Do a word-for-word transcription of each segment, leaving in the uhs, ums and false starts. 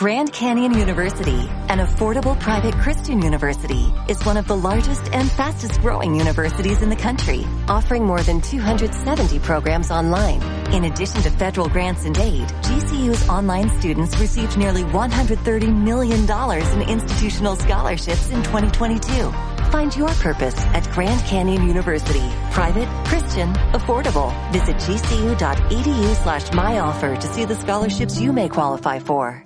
Grand Canyon University, an affordable private Christian university, is one of the largest and fastest growing universities in the country, offering more than two hundred seventy programs online. In addition to federal grants and aid, G C U's online students received nearly one hundred thirty million dollars in institutional scholarships in twenty twenty-two. Find your purpose at Grand Canyon University. Private, Christian, affordable. Visit gcu.edu slash myoffer to see the scholarships you may qualify for.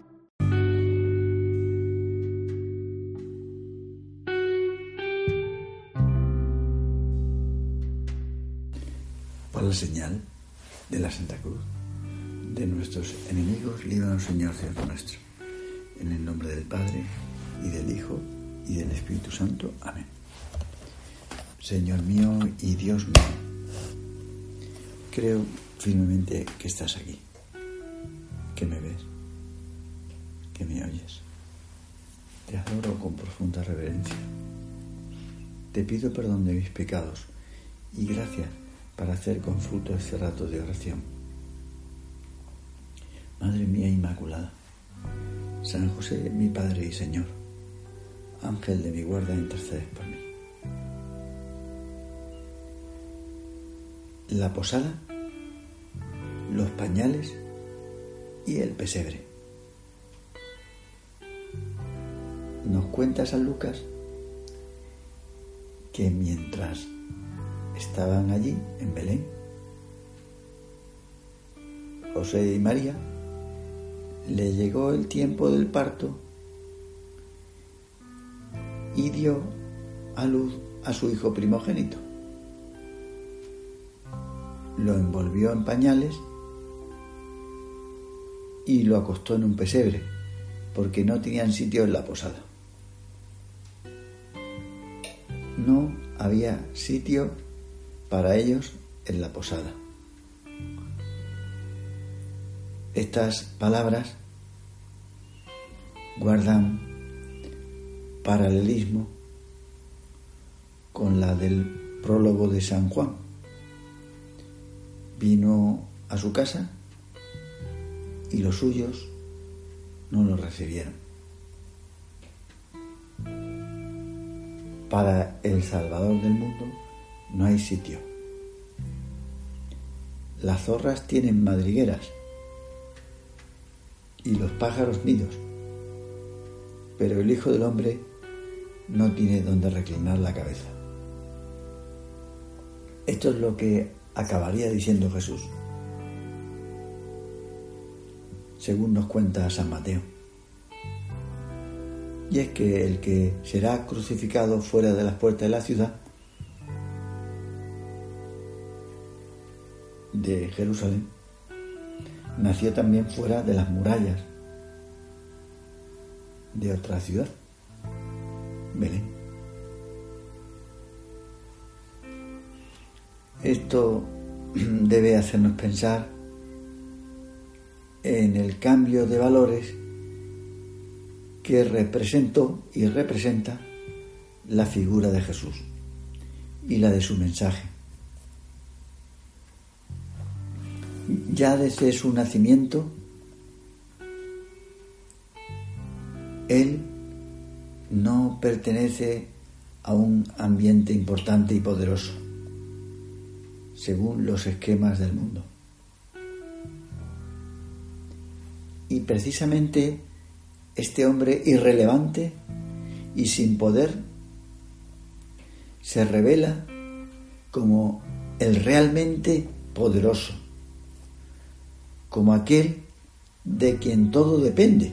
Por la señal de la Santa Cruz de nuestros enemigos, líbranos, Señor Dios nuestro. En el nombre del Padre, y del Hijo, y del Espíritu Santo. Amén. Señor mío y Dios mío, creo firmemente que estás aquí, que me ves, que me oyes. Te adoro con profunda reverencia. Te pido perdón de mis pecados y gracias para hacer con fruto este rato de oración. Madre mía Inmaculada, San José, mi Padre y Señor, Ángel de mi guarda, intercedes por mí. La posada, los pañales y el pesebre. Nos cuenta San Lucas que mientras estaban allí en Belén, José y María, le llegó el tiempo del parto y dio a luz a su hijo primogénito. Lo envolvió en pañales y lo acostó en un pesebre, porque no tenían sitio en la posada. No había sitio para ellos en la posada. Estas palabras guardan paralelismo con la del prólogo de San Juan. Vino a su casa y los suyos no lo recibieron. Para el Salvador del mundo no hay sitio. Las zorras tienen madrigueras y los pájaros nidos, pero el Hijo del Hombre no tiene donde reclinar la cabeza. Esto es lo que acabaría diciendo Jesús, según nos cuenta San Mateo. Y es que el que será crucificado fuera de las puertas de la ciudad de Jerusalén nació también fuera de las murallas de otra ciudad, Belén. Esto debe hacernos pensar en el cambio de valores que representó y representa la figura de Jesús y la de su mensaje. Ya desde su nacimiento, Él no pertenece a un ambiente importante y poderoso, según los esquemas del mundo. Y precisamente este hombre irrelevante y sin poder se revela como el realmente poderoso, como aquel de quien todo depende.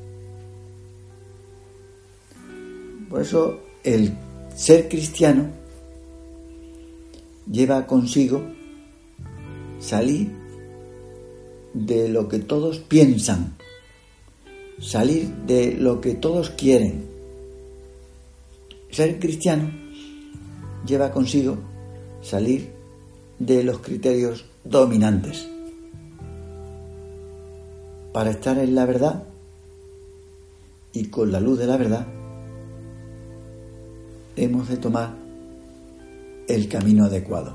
Por eso el ser cristiano lleva consigo salir de lo que todos piensan, salir de lo que todos quieren. Ser cristiano lleva consigo salir de los criterios dominantes. Para estar en la verdad y con la luz de la verdad, hemos de tomar el camino adecuado,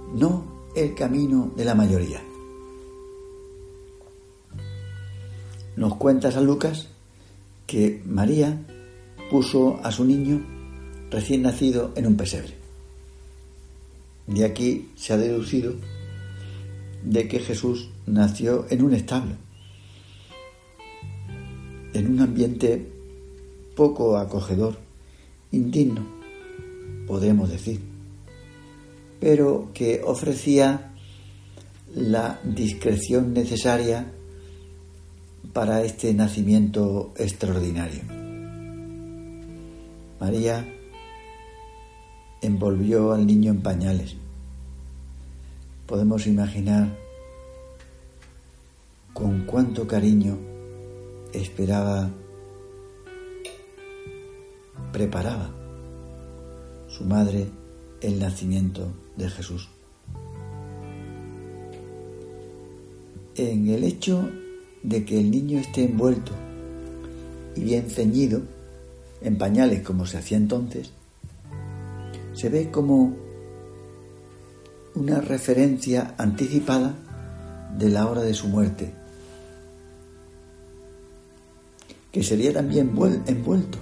no el camino de la mayoría. nos cuenta San Lucas que María puso a su niño recién nacido en un pesebre. De aquí se ha deducido de que Jesús nació en un establo, en un ambiente poco acogedor, indigno, podemos decir, pero que ofrecía la discreción necesaria para este nacimiento extraordinario. María envolvió al niño en pañales. Podemos imaginar con cuánto cariño esperaba, preparaba su madre el nacimiento de Jesús. En el hecho de que el niño esté envuelto y bien ceñido en pañales como se hacía entonces, se ve como una referencia anticipada de la hora de su muerte, que sería también envuelto.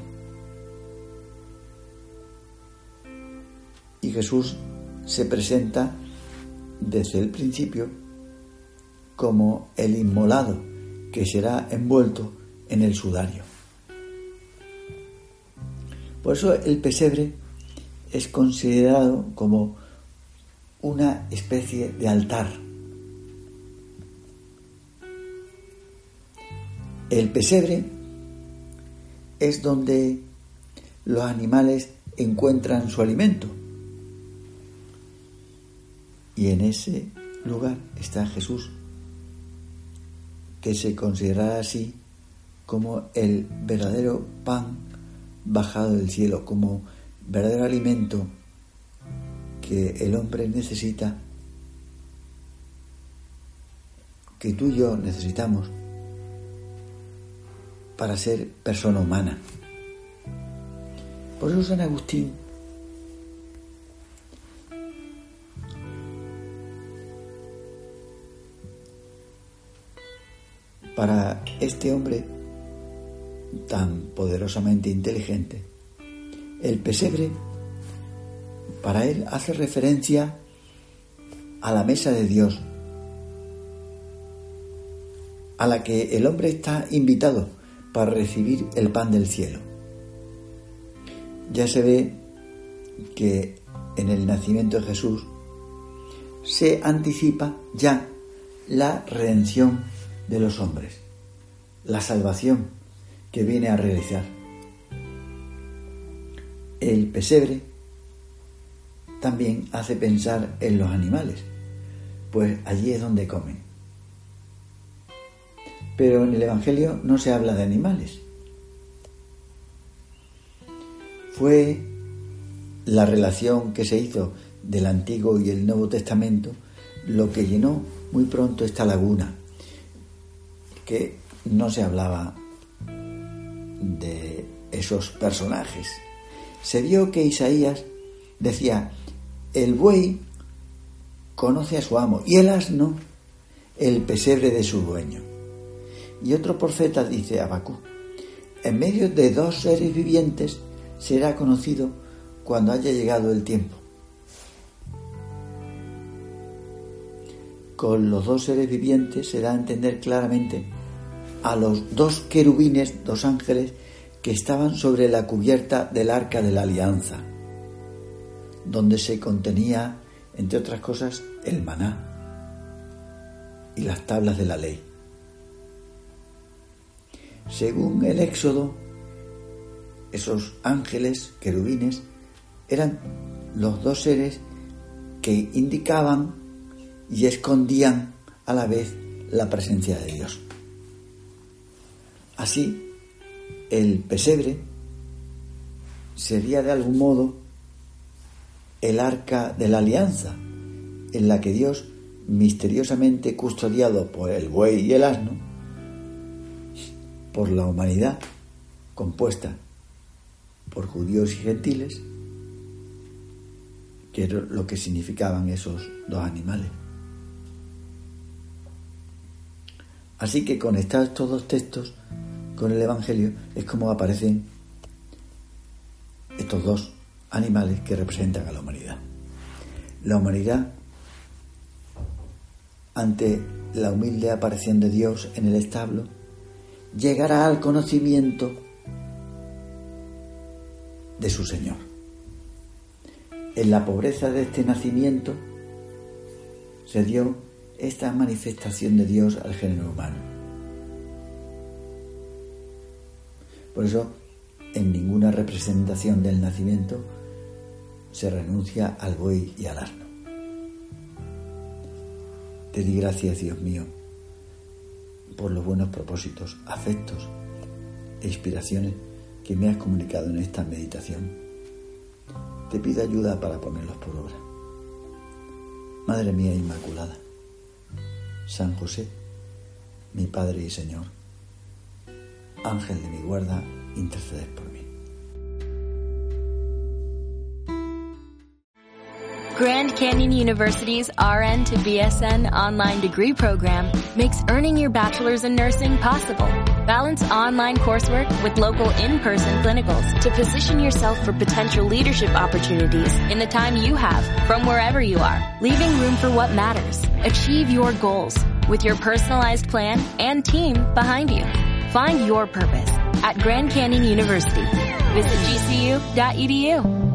Y Jesús se presenta desde el principio como el inmolado que será envuelto en el sudario. Por eso el pesebre es considerado como una especie de altar. El pesebre es donde los animales encuentran su alimento. Y en ese lugar está Jesús, que se considera así como el verdadero pan bajado del cielo, como verdadero alimento que el hombre necesita, que tú y yo necesitamos para ser persona humana. Por eso San Agustín para este hombre tan poderosamente inteligente, el pesebre para él hace referencia a la mesa de Dios, a la que el hombre está invitado para recibir el pan del cielo. Ya se ve que en el nacimiento de Jesús se anticipa ya la redención de los hombres, la salvación que viene a realizar. El pesebre también hace pensar en los animales, pues allí es donde comen. Pero en el Evangelio no se habla de animales. Fue la relación que se hizo del Antiguo y el Nuevo Testamento lo que llenó muy pronto esta laguna, que no se hablaba de esos personajes. Se vio que Isaías decía: el buey conoce a su amo y el asno el pesebre de su dueño. Y otro profeta dice, Habacuc: en medio de dos seres vivientes será conocido cuando haya llegado el tiempo. Con los dos seres vivientes se da a entender claramente a los dos querubines, dos ángeles, que estaban sobre la cubierta del arca de la alianza, donde se contenía, entre otras cosas, el maná y las tablas de la ley. Según el Éxodo, esos ángeles, querubines, eran los dos seres que indicaban y escondían a la vez la presencia de Dios. Así, el pesebre sería de algún modo el arca de la alianza, en la que Dios, misteriosamente custodiado por el buey y el asno, por la humanidad compuesta por judíos y gentiles, que era lo que significaban esos dos animales. Así que conectar estos dos textos con el Evangelio es como aparecen estos dos animales que representan a la humanidad. La humanidad, ante la humilde aparición de Dios en el establo, llegará al conocimiento de su Señor. En la pobreza de este nacimiento se dio esta manifestación de Dios al género humano. Por eso, en ninguna representación del nacimiento se renuncia al buey y al asno. Te di gracias, Dios mío, por los buenos propósitos, afectos e inspiraciones que me has comunicado en esta meditación. Te pido ayuda para ponerlos por obra. Madre mía Inmaculada, San José, mi Padre y Señor, Ángel de mi guarda, interceded por mí. Grand Canyon University's R N to B S N online degree program makes earning your bachelor's in nursing possible. Balance online coursework with local in-person clinicals to position yourself for potential leadership opportunities in the time you have from wherever you are, leaving room for what matters. Achieve your goals with your personalized plan and team behind you. Find your purpose at Grand Canyon University. Visit G C U dot E D U.